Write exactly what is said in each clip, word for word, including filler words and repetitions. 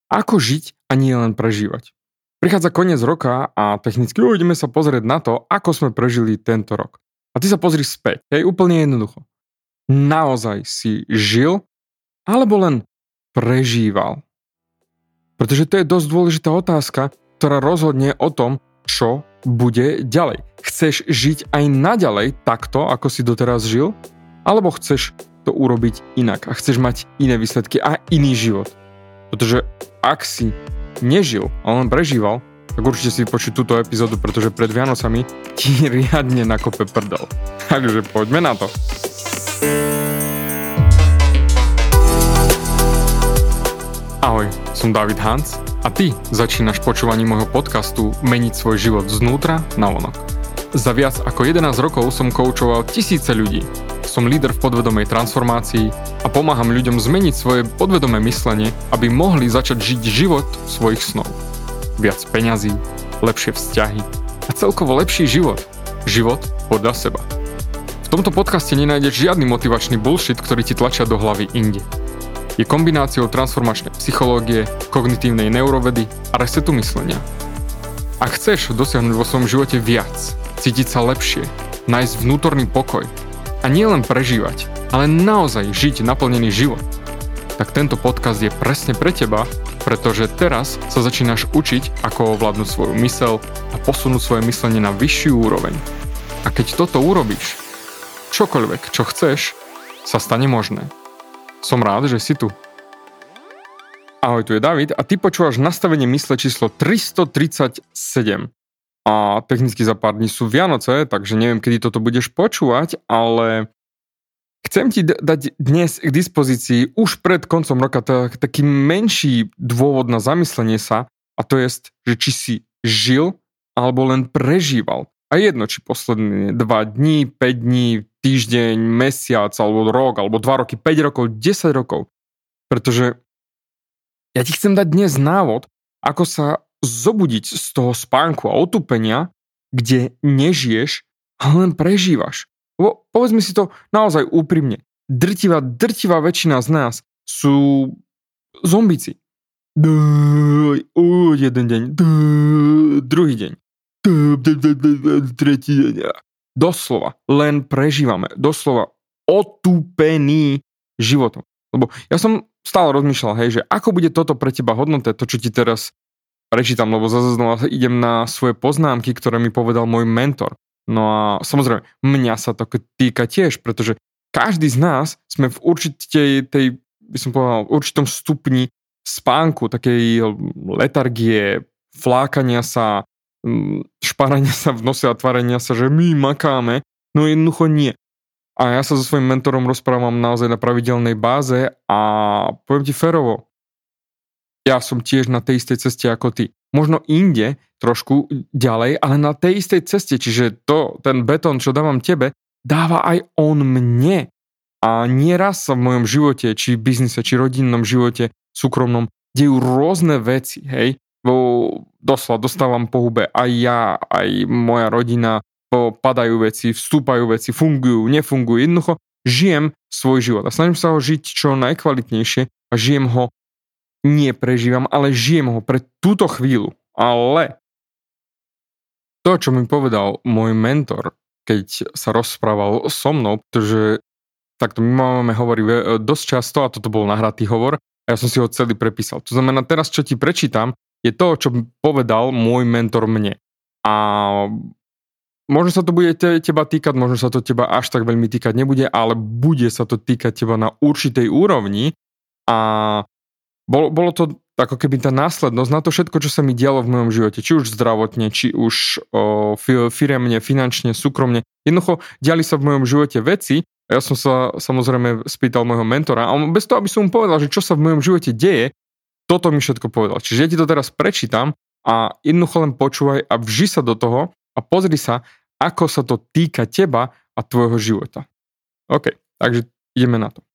Ako žiť a nie len prežívať. Prichádza koniec roka a technicky oh, ideme sa pozrieť na to, ako sme prežili tento rok. A ty sa pozri späť, hej, úplne jednoducho. Naozaj si žil, alebo len prežíval? Pretože to je dosť dôležitá otázka, ktorá rozhodne o tom, čo bude ďalej. Chceš žiť aj naďalej takto, ako si doteraz žil? Alebo chceš to urobiť inak a chceš mať iné výsledky a iný život? Pretože ak si nežil a len prežíval, tak určite si vypočuť túto epizódu, pretože pred Vianocami ti riadne nakope prdel. Takže poďme na to. Ahoj, som David Hans a ty začínaš počúvaním môjho podcastu Meniť svoj život znútra na vonok. Za viac ako jedenásť rokov som koučoval tisíce ľudí. Som líder v podvedomej transformácii a pomáham ľuďom zmeniť svoje podvedomé myslenie, aby mohli začať žiť život svojich snov. Viac peňazí, lepšie vzťahy a celkovo lepší život. Život podľa seba. V tomto podcaste nenájdeš žiadny motivačný bullshit, ktorý ti tlačia do hlavy inde. Je kombináciou transformačnej psychológie, kognitívnej neurovedy a resetu myslenia. Ak chceš dosiahnuť vo svojom živote viac, cítiť sa lepšie, nájsť vnútorný pokoj a nielen prežívať, ale naozaj žiť naplnený život, tak tento podcast je presne pre teba, pretože teraz sa začínaš učiť, ako ovládnuť svoju myseľ a posunúť svoje myslenie na vyššiu úroveň. A keď toto urobíš, čokoľvek, čo chceš, sa stane možné. Som rád, že si tu. Ahoj, tu je David a ty počúvaš nastavenie mysle číslo tristotridsaťsedem. A technicky za pár dní sú Vianoce, takže neviem, kedy toto budeš počúvať, ale chcem ti d- dať dnes k dispozícii už pred koncom roka t- taký menší dôvod na zamyslenie sa, a to je, že či si žil alebo len prežíval. A jedno, či posledné dva dní, päť dní, týždeň, mesiac, alebo rok, alebo dva roky, päť rokov, desať rokov. Pretože ja ti chcem dať dnes návod, ako sa zobudiť z toho spánku a otupenia, kde nežiješ, ale len prežívaš. Lebo povedzme si to naozaj úprimne. Drtivá, drtivá väčšina z nás sú zombici. Daj, jeden deň, daj, druhý deň, tretí deň. Doslova, len prežívame. Doslova otúpený životom. Lebo ja som stále rozmýšľal, hej, že ako bude toto pre teba hodnoté, to, čo ti teraz prečítam, lebo zase znova idem na svoje poznámky, ktoré mi povedal môj mentor. No a samozrejme, mňa sa to týka tiež, pretože každý z nás sme v určitej, tej, by som povedal, v určitom stupni spánku, takej letargie, flákania sa, šparania sa v nose a tvárenia sa, že my makáme, no jednoducho nie. A ja sa so svojím mentorom rozprávam naozaj na pravidelnej báze a poviem ti férovo, ja som tiež na tej istej ceste ako ty. Možno inde, trošku ďalej, ale na tej istej ceste, čiže to, ten betón, čo dávam tebe, dáva aj on mne. A nieraz sa v mojom živote, či v biznise, či rodinnom živote, súkromnom, dejú rôzne veci, hej. Bo doslova dostávam po hube aj ja, aj moja rodina, padajú veci, vstúpajú veci, fungujú, nefungujú. Jednoducho žijem svoj život a snažím sa ho žiť čo najkvalitnejšie a žijem ho, nie prežívam, ale žijem ho pre túto chvíľu. Ale to, čo mi povedal môj mentor, keď sa rozprával so mnou, pretože takto my máme hovoriť dosť často a toto bol nahratý hovor a ja som si ho celý prepísal. To znamená, teraz, čo ti prečítam, je to, čo povedal môj mentor mne. A možno sa to bude te, teba týkať, možno sa to teba až tak veľmi týkať nebude, ale bude sa to týkať teba na určitej úrovni a bolo, bolo to ako keby tá následnosť na to všetko, čo sa mi dialo v mojom živote, či už zdravotne, či už o, firemne, finančne, súkromne. Jednoducho diali sa v mojom živote veci a ja som sa samozrejme spýtal môjho mentora a on bez toho, aby som mu povedal, že čo sa v mojom živote deje, toto mi všetko povedal. Čiže ja ti to teraz prečítam a jednoducho len počúvaj a vži sa do toho a pozri sa, ako sa to týka teba a tvojho života. OK, takže ideme na to.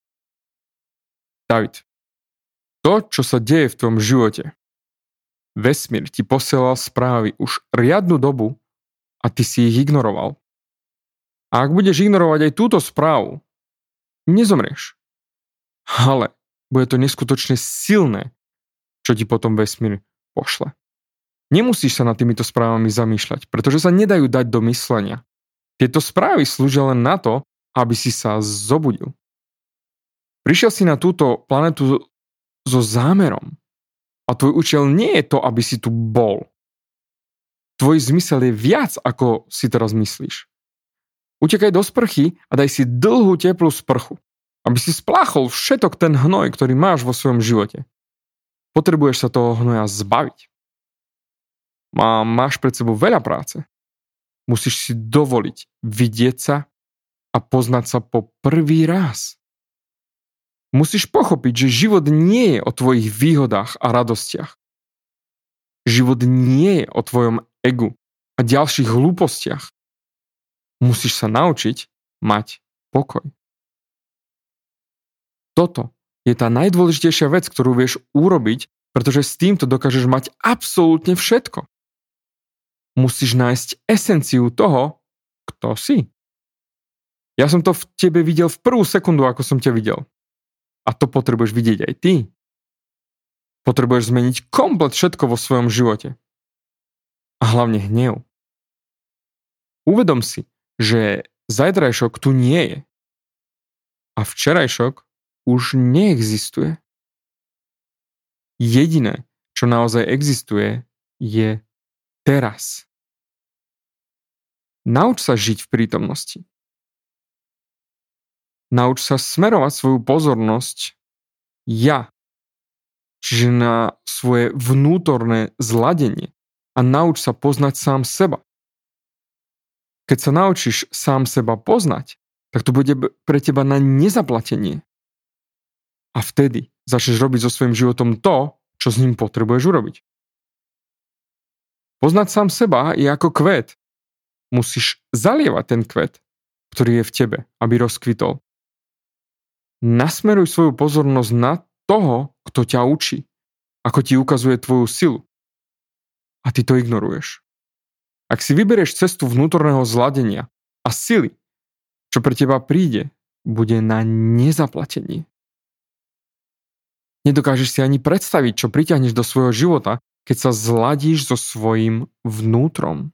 David, to, čo sa deje v tvojom živote, vesmír ti posielal správy už riadnu dobu a ty si ich ignoroval. A ak budeš ignorovať aj túto správu, nezomrieš. Ale bude to neskutočne silné čo ti potom vesmír pošle. Nemusíš sa nad týmito správami zamýšľať, pretože sa nedajú dať do myslenia. Tieto správy slúžia len na to, aby si sa zobudil. Prišiel si na túto planetu so zámerom a tvoj účel nie je to, aby si tu bol. Tvoj zmysel je viac, ako si teraz myslíš. Utekaj do sprchy a daj si dlhú teplú sprchu, aby si spláchol všetok ten hnoj, ktorý máš vo svojom živote. Potrebuješ sa toho hnoja zbaviť. Má, máš pred sebou veľa práce. Musíš si dovoliť vidieť sa a poznať sa po prvý raz. Musíš pochopiť, že život nie je o tvojich výhodách a radostiach. Život nie je o tvojom egu a ďalších hlúpostiach. Musíš sa naučiť mať pokoj. Toto je tá najdôležitejšia vec, ktorú vieš urobiť, pretože s týmto dokážeš mať absolútne všetko. Musíš nájsť esenciu toho, kto si. Ja som to v tebe videl v prvú sekundu, ako som ťa videl. A to potrebuješ vidieť aj ty. Potrebuješ zmeniť komplet všetko vo svojom živote. A hlavne hnev. Uvedom si, že zajtrajšok tu nie je. A včerajšok už neexistuje. Jediné, čo naozaj existuje, je teraz. Nauč sa žiť v prítomnosti. Nauč sa smerovať svoju pozornosť ja, čiže na svoje vnútorné zladenie a nauč sa poznať sám seba. Keď sa naučíš sám seba poznať, tak to bude pre teba na nezaplatenie. A vtedy začneš robiť so svojím životom to, čo s ním potrebuješ urobiť. Poznať sám seba je ako kvet. Musíš zalievať ten kvet, ktorý je v tebe, aby rozkvitol. Nasmeruj svoju pozornosť na toho, kto ťa učí, ako ti ukazuje tvoju silu. A ty to ignoruješ. Ak si vyberieš cestu vnútorného zladenia a sily, čo pre teba príde, bude na nezaplatenie. Nedokážeš si ani predstaviť, čo priťahneš do svojho života, keď sa zladíš so svojím vnútrom.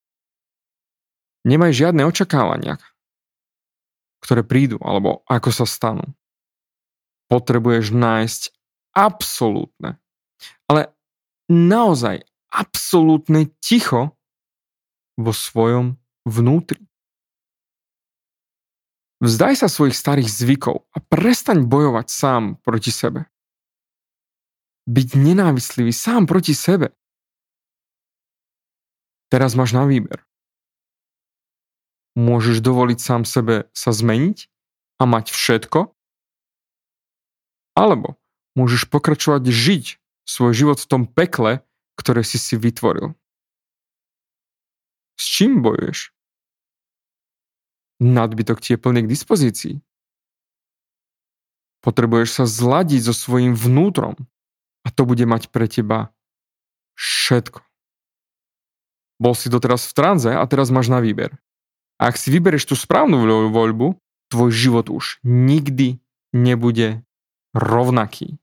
Nemaj žiadne očakávania, ktoré prídu, alebo ako sa stanú. Potrebuješ nájsť absolútne, ale naozaj absolútne ticho vo svojom vnútri. Vzdaj sa svojich starých zvykov a prestaň bojovať sám proti sebe. Byť nenávislivý sám proti sebe. Teraz máš na výber. Môžeš dovoliť sám sebe sa zmeniť a mať všetko, alebo môžeš pokračovať žiť svoj život v tom pekle, ktoré si si vytvoril. S čím bojuješ? Nadbytok ti je plný k dispozícii. Potrebuješ sa zladiť so svojím vnútrom a to bude mať pre teba všetko. Bol si doteraz v tranze a teraz máš na výber. A ak si vyberieš tú správnu voľbu, tvoj život už nikdy nebude rovnaký.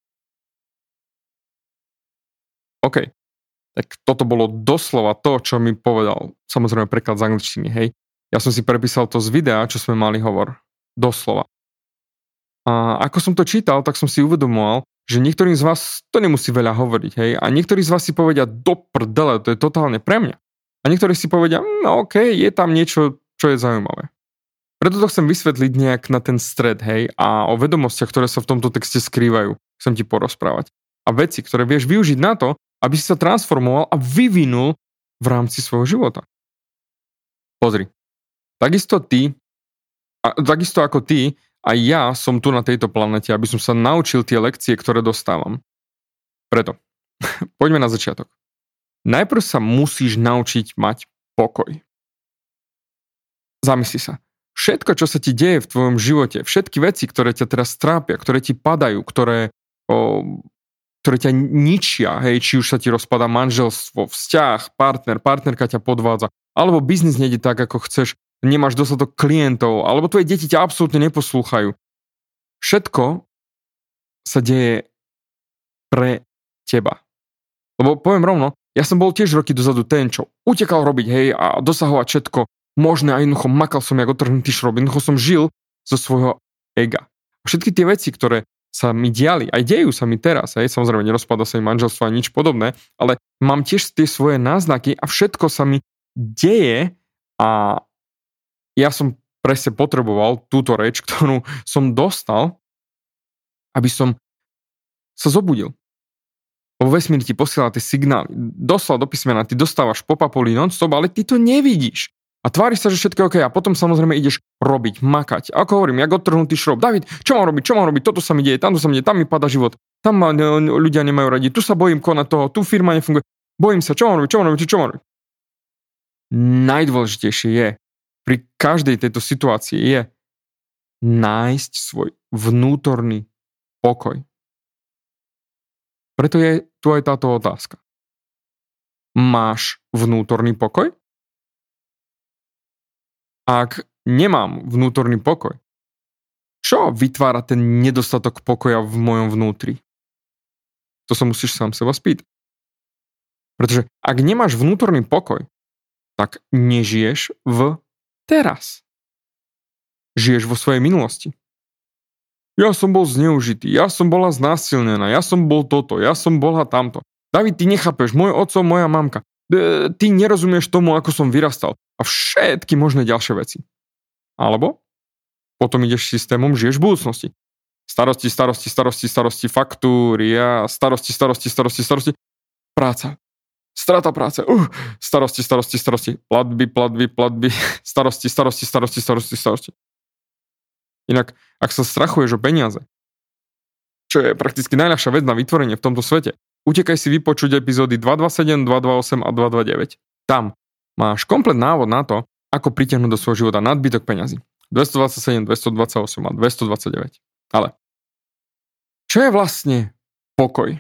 OK. Tak toto bolo doslova to, čo mi povedal. Samozrejme preklad z angličtiny, hej. Ja som si prepísal to z videa, čo sme mali hovor. Doslova. A ako som to čítal, tak som si uvedomoval, že niektorým z vás to nemusí veľa hovoriť, hej. A niektorí z vás si povedia, do prdele, to je totálne pre mňa. A niektorí si povedia, no OK, je tam niečo, čo je zaujímavé. Preto to chcem vysvetliť nejak na ten stred, hej, a o vedomostiach, ktoré sa v tomto texte skrývajú, chcem ti porozprávať. A veci, ktoré vieš využiť na to, aby si sa transformoval a vyvinul v rámci svojho života. Pozri, takisto ty, a takisto ako ty, aj ja som tu na tejto planete, aby som sa naučil tie lekcie, ktoré dostávam. Preto, poďme na začiatok. Najprv sa musíš naučiť mať pokoj. Zamysli sa. Všetko, čo sa ti deje v tvojom živote, všetky veci, ktoré ťa teraz trápia, ktoré ti padajú, ktoré, o, ktoré ťa ničia, hej, či už sa ti rozpadá manželstvo, vzťah, partner, partnerka ťa podvádza, alebo biznis nejde tak, ako chceš, nemáš dostatok klientov, alebo tvoje deti ťa absolútne neposlúchajú. Všetko sa deje pre teba. Lebo poviem rovno, ja som bol tiež roky dozadu ten, čo utekal robiť, hej, a dosahovať všetko možné a jednoducho makal som jak otrhnutý šrob, jednoducho som žil zo svojho ega. A všetky tie veci, ktoré sa mi diali, aj dejú sa mi teraz, hej, samozrejme nerozpada sa mi manželstvo a nič podobné, ale mám tiež tie svoje náznaky a všetko sa mi deje a ja som presne potreboval túto reč, ktorú som dostal, aby som sa zobudil. Lebo vesmír ti posiela tie signály. Doslova do písmena, ty dostávaš pop-upy non-stop, ale ty to nevidíš. A tváriš sa, že všetko je OK. A potom samozrejme ideš robiť, makať. A ako hovorím, jak odtrhnutý šrob. David, čo mám robiť, čo mám robiť? Toto sa mi deje, tamto sa mi deje, tam mi pada život. Tam ma ľudia nemajú radi. Tu sa bojím konať toho, tu firma nefunguje. Bojím sa, čo mám robiť, čo mám robiť, čo mám robiť. Najdôležitejšie je, pri každej tejto situácii je nájsť svoj vnútorný pokoj. Preto je tu aj táto otázka. Máš vnútorný pokoj? Ak nemám vnútorný pokoj, čo vytvára ten nedostatok pokoja v mojom vnútri? To sa musíš sám seba spýtať. Pretože ak nemáš vnútorný pokoj, tak nežiješ v teraz. Žiješ vo svojej minulosti. Ja som bol zneužitý, ja som bola znásilnená, ja som bol toto, ja som bola tamto. David, ty nechápeš, môj otco, moja mamka. Ty nerozumieš tomu, ako som vyrastal. A všetky možné ďalšie veci. Alebo potom ideš systémom, žiješ v budúcnosti. Starosti, starosti, starosti, starosti, faktúry, ja, starosti, starosti, starosti, starosti. Práca. Strata práce. Uh, starosti, starosti, starosti. Platby, platby, platby. Starosti, starosti, starosti, starosti, starosti. Inak, ak sa strachuješ o peniaze, čo je prakticky najľahšia vec na vytvorenie v tomto svete, utekaj si vypočuť epizódy dvestodvadsaťsedem, dvestodvadsaťosem a dvestodvadsaťdeväť. Tam máš komplet návod na to, ako pritiahnuť do svojho života nadbytok peňazí. dvestodvadsaťsedem, dvestodvadsaťosem a dvestodvadsaťdeväť. Ale čo je vlastne pokoj?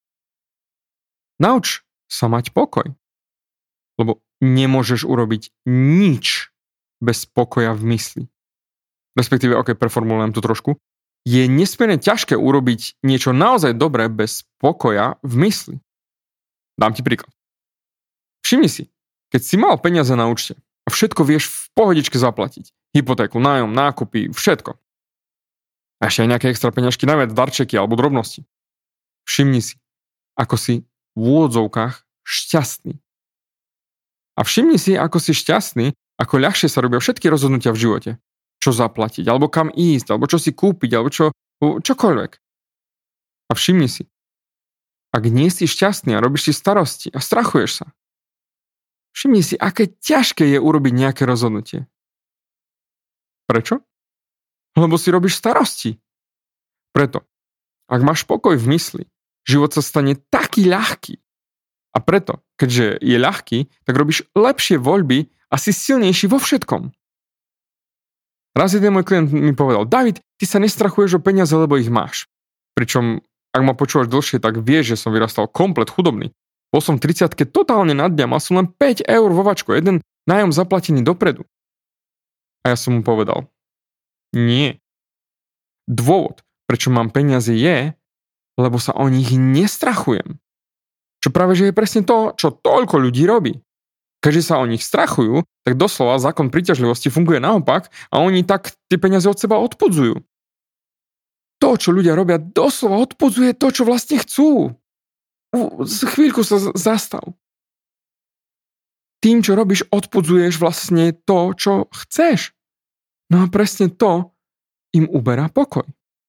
Nauč sa mať pokoj. Lebo nemôžeš urobiť nič bez pokoja v mysli. Respektíve, ok, preformulujem to trošku, je nesmierne ťažké urobiť niečo naozaj dobré bez pokoja v mysli. Dám ti príklad. Všimni si, keď si mal peniaze na účte a všetko vieš v pohodičke zaplatiť, hypotéku, nájom, nákupy, všetko. A ešte aj nejaké extra peňažky, najviac darčeky alebo drobnosti. Všimni si, ako si v úvodzovkách šťastný. A všimni si, ako si šťastný, ako ľahšie sa robia všetky rozhodnutia v živote. Čo zaplatiť, alebo kam ísť, alebo čo si kúpiť, alebo čo, čokoľvek. A všimni si, ak nie si šťastný a robíš si starosti a strachuješ sa, všimni si, aké ťažké je urobiť nejaké rozhodnutie. Prečo? Lebo si robíš starosti. Preto, ak máš pokoj v mysli, život sa stane taký ľahký. A preto, keďže je ľahký, tak robíš lepšie voľby a si silnejší vo všetkom. Raz jeden môj klient mi povedal, David, ty sa nestrachuješ o peniaze, lebo ich máš. Pričom, ak ma počúvaš dlhšie, tak vieš, že som vyrastal komplet chudobný. Bol som v tridsiatke totálne nad dňa, mal som len päť eur vo vačku, jeden nájom zaplatený dopredu. A ja som mu povedal, nie. Dôvod, prečo mám peniaze je, lebo sa o nich nestrachujem. Čo práve, že je presne to, čo toľko ľudí robí. Keďže sa o nich strachujú, tak doslova zákon príťažlivosti funguje naopak a oni tak tie peniaze od seba odpudzujú. To, čo ľudia robia, doslova odpudzuje to, čo vlastne chcú. Z chvíľku sa zastav. Tým, čo robíš, odpudzuješ vlastne to, čo chceš. No a presne to im uberá pokoj.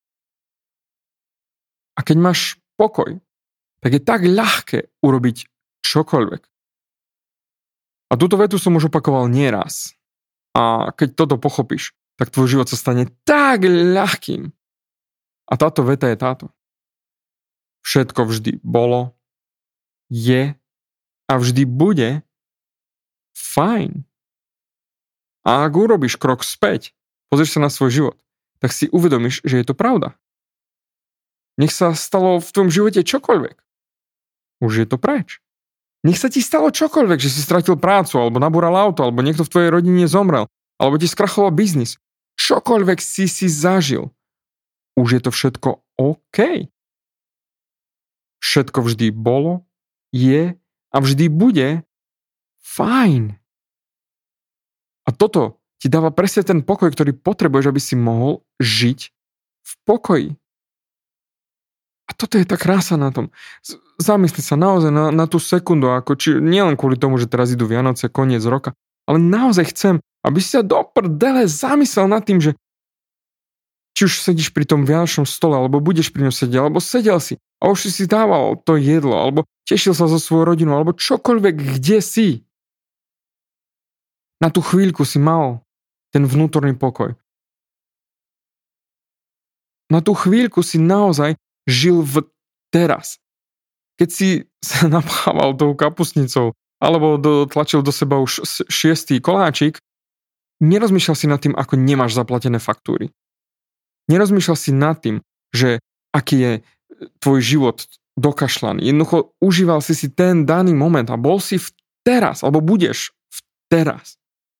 A keď máš pokoj, tak je tak ľahké urobiť čokoľvek. A túto vetu som už opakoval nieraz. A keď toto pochopíš, tak tvoj život sa stane tak ľahkým. A táto veta je táto. Všetko vždy bolo, je a vždy bude fajn. A ak urobíš krok späť, pozrieš sa na svoj život, tak si uvedomíš, že je to pravda. Nech sa stalo v tvojom živote čokoľvek. Už je to preč. Nech sa ti stalo čokoľvek, že si stratil prácu, alebo nabúral auto, alebo niekto v tvojej rodine zomrel, alebo ti skrachoval biznis. Čokoľvek si si zažil. Už je to všetko OK. všetko vždy bolo, je a vždy bude fajn. A toto ti dáva presne ten pokoj, ktorý potrebuješ, aby si mohol žiť v pokoji. A toto je tá krása na tom. Zamysli sa naozaj na, na tú sekundu, ako či nielen kvôli tomu, že teraz idú Vianoce, koniec roka, ale naozaj chcem, aby si sa do prdele zamyslel nad tým, že či už sedíš pri tom vianočnom stole, alebo budeš pri ňom sedieť, alebo sedel si a už si si dával to jedlo, alebo tešil sa so svojou rodinou, alebo čokoľvek, kde si. Na tú chvíľku si mal ten vnútorný pokoj. Na tú chvíľku si naozaj žil v teraz. Keď si sa napchával tou kapustnicou, alebo do, tlačil do seba už šiestý koláčik, nerozmýšľal si nad tým, ako nemáš zaplatené faktúry. Nerozmýšľal si nad tým, že aký je tvoj život dokašľaný. Jednoducho užíval si si ten daný moment a bol si v teraz, alebo budeš v teraz.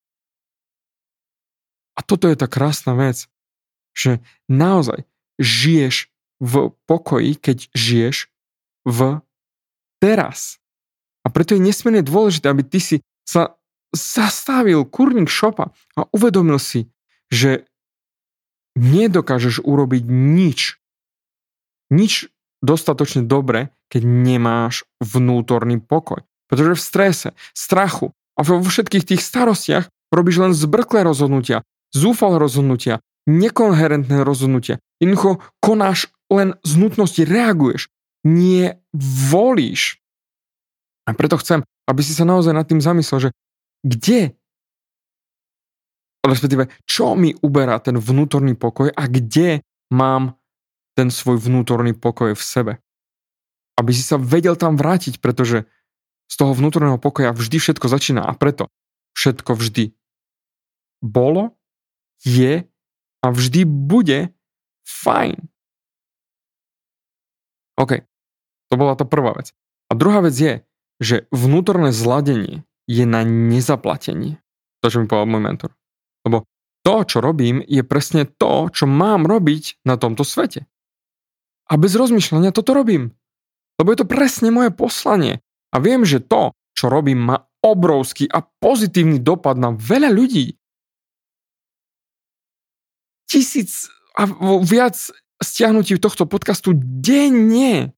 A toto je tá krásna vec, že naozaj žiješ v pokoji, keď žiješ v teraz. A preto je nesmierne dôležité, aby ty si sa zastavil kurník šopa a uvedomil si, že nedokážeš urobiť nič. Nič dostatočne dobre, keď nemáš vnútorný pokoj. Pretože v strese, strachu a vo všetkých tých starostiach robíš len zbrklé rozhodnutia, zúfalé rozhodnutia, nekoherentné rozhodnutia. Jednoducho konáš len z nutnosti, reaguješ, nie volíš. A preto chcem, aby si sa naozaj nad tým zamyslel, že kde, respektíve čo mi uberá ten vnútorný pokoj a kde mám ten svoj vnútorný pokoj v sebe. Aby si sa vedel tam vrátiť, pretože z toho vnútorného pokoja vždy všetko začína a preto všetko vždy bolo, je a vždy bude fajn. OK, to bola tá prvá vec. A druhá vec je, že vnútorné zladenie je na nezaplatenie. To, čo mi povedal môj mentor. Lebo to, čo robím, je presne to, čo mám robiť na tomto svete. A bez rozmýšľania toto robím. Lebo je to presne moje poslanie. A viem, že to, čo robím, má obrovský a pozitívny dopad na veľa ľudí. Tisíc a viac stiahnutí tohto podcastu denne.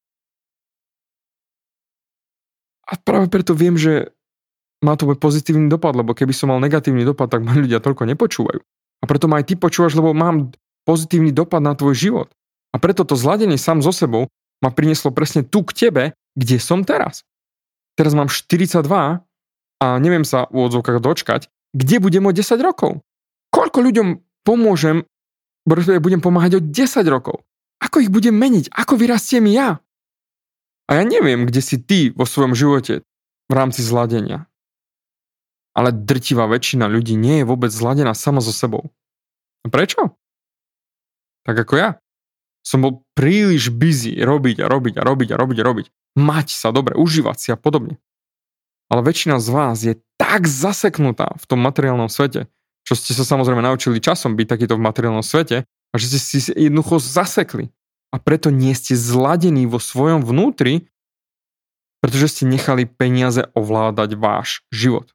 A práve preto viem, že má to pozitívny dopad, lebo keby som mal negatívny dopad, tak ma ľudia toľko nepočúvajú. A preto ma aj ty počúvaš, lebo mám pozitívny dopad na tvoj život. A preto to zladenie sám so sebou ma prinieslo presne tu k tebe, kde som teraz. Teraz mám štyridsaťdva a neviem sa v odzvukách dočkať, kde budem o desať rokov. Koľko ľuďom pomôžem, budem pomáhať o desať rokov. Ako ich budem meniť? Ako vyrastiem ja? A ja neviem, kde si ty vo svojom živote v rámci zladenia. Ale drtivá väčšina ľudí nie je vôbec zladená sama so sebou. A prečo? Tak ako ja. Som bol príliš busy robiť a robiť a robiť a robiť a robiť. Mať sa dobre, užívať si a podobne. Ale väčšina z vás je tak zaseknutá v tom materiálnom svete, čo ste sa samozrejme naučili časom byť takýto v materiálnom svete a že ste si jednoducho zasekli. A preto nie ste zladení vo svojom vnútri, pretože ste nechali peniaze ovládať váš život.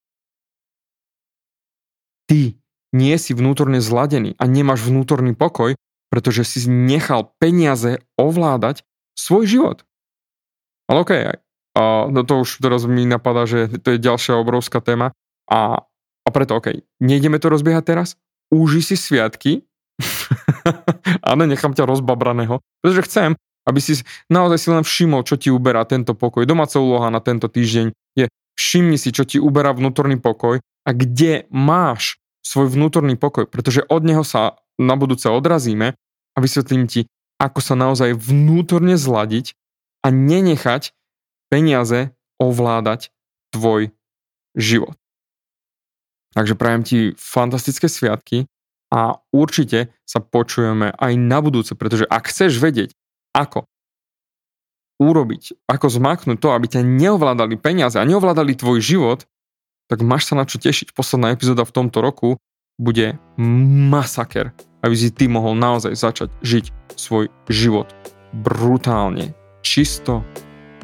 Ty nie si vnútorne zladený a nemáš vnútorný pokoj, pretože si nechal peniaze ovládať svoj život. Ale okej, okay, a no to už teraz mi napadá, že to je ďalšia obrovská téma a, a preto okej, okay, nejdeme to rozbiehať teraz, užij si sviatky, áno, nechám ťa rozbabraného, pretože chcem, aby si naozaj si len všimol, čo ti uberá tento pokoj. Domáca úloha na tento týždeň je všimni si, čo ti uberá vnútorný pokoj a kde máš svoj vnútorný pokoj, pretože od neho sa na budúce odrazíme a vysvetlím ti, ako sa naozaj vnútorne zladiť a nenechať peniaze ovládať tvoj život. Takže prajem ti fantastické sviatky a určite sa počujeme aj na budúce, pretože ak chceš vedieť, ako urobiť, ako zmaknúť to, aby ťa neovládali peniaze a neovládali tvoj život, tak máš sa na čo tešiť. Posledná epizóda v tomto roku bude masaker, aby si ty mohol naozaj začať žiť svoj život brutálne, čisto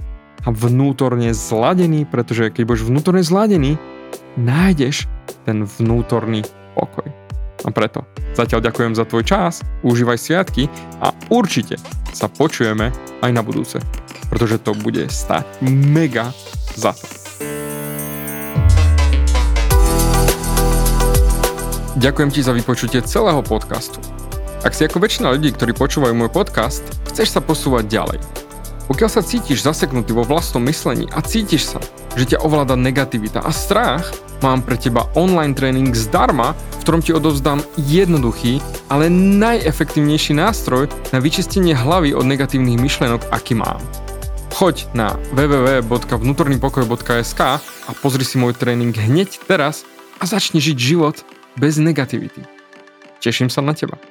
a vnútorne zladený, pretože keď budeš vnútorne zladený, nájdeš ten vnútorný pokoj. A preto zatiaľ ďakujem za tvoj čas, užívaj sviatky a určite sa počujeme aj na budúce, pretože to bude stáť mega za to. Ďakujem ti za vypočutie celého podcastu. Ak si ako väčšina ľudí, ktorí počúvajú môj podcast, chceš sa posúvať ďalej. Pokiaľ sa cítiš zaseknutý vo vlastnom myslení a cítiš sa, že ťa ovláda negativita a strach, mám pre teba online tréning zdarma, v ktorom ti odovzdám jednoduchý, ale najefektívnejší nástroj na vyčistenie hlavy od negatívnych myšlienok, aký mám. Choď na w w w bodka vnútornypokoj bodka es ká a pozri si môj tréning hneď teraz a začni žiť život bez negativity. Teším sa na teba.